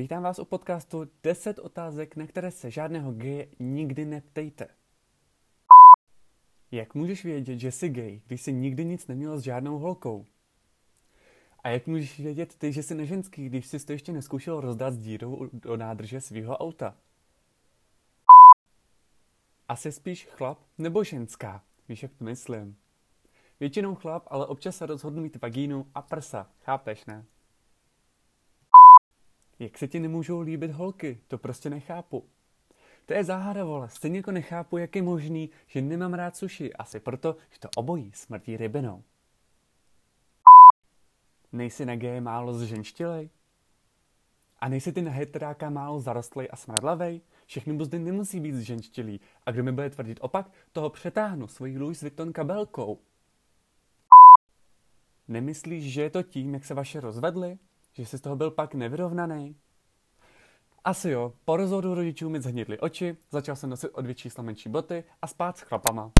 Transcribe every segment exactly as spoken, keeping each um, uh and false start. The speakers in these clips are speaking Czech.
Vítám vás u podcastu deset otázek, na které se žádného geje nikdy neptejte. Jak můžeš vědět, že jsi gay, když jsi nikdy nic neměl s žádnou holkou? A jak můžeš vědět ty, že jsi neženský, když jsi to ještě nezkoušel rozdat s dírou do nádrže svého auta? Asi spíš chlap nebo ženská? Víš, jak to myslím? Většinou chlap, ale občas se rozhodnu mít vagínu a prsa. Chápeš, ne? Jak se ti nemůžou líbit holky? To prostě nechápu. To je záhada, vole. Stejně jako nechápu, jak je možný, že nemám rád sushi. Asi proto, že to obojí smrtí rybinou. Nejsi na geje málo zženštilej? A nejsi ty na heteráka málo zarostlej a smradlavej? Všechny buzdy nemusí být zženštilý. A kdo mi bude tvrdit opak, toho přetáhnu svojí Louis Vuitton kabelkou. Nemyslíš, že je to tím, jak se vaše rozvedli? Že jsi z toho byl pak nevyrovnaný? Asi jo, po rozhodu rodičů mi zhnidly oči, začal jsem nosit o dvě čísla menší boty a spát s chlapama.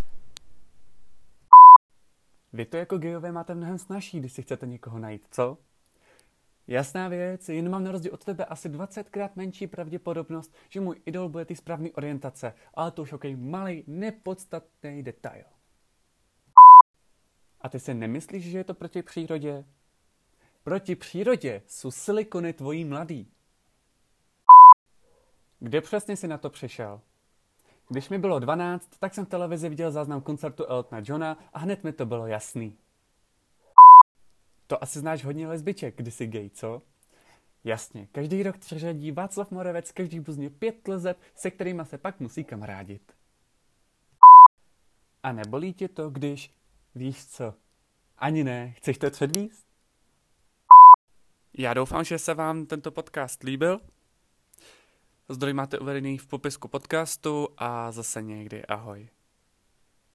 Vy to jako gejové máte mnohem snazší, když si chcete někoho najít, co? Jasná věc, jen mám na rozdíl od tebe asi dvacetkrát menší pravděpodobnost, že můj idol bude ty správný orientace, ale to už okej, malej, nepodstatný detail. A ty si nemyslíš, že je to proti přírodě? Proti přírodě jsou silikony tvojí mladý. Kde přesně jsi na to přišel? Když mi bylo dvanáct, tak jsem v televizi viděl záznam koncertu Eltona Johna a hned mi to bylo jasný. To asi znáš hodně lesbiček, když jsi gay, co? Jasně, každý rok třeřadí Václav Moravec každý buzně pět lezeb, se kterýma se pak musí kamarádit. A nebolí tě to, když... Víš co? Ani ne, chceš to předvíst? Já doufám, že se vám tento podcast líbil. Zdroj máte uvedený v popisku podcastu a zase někdy ahoj.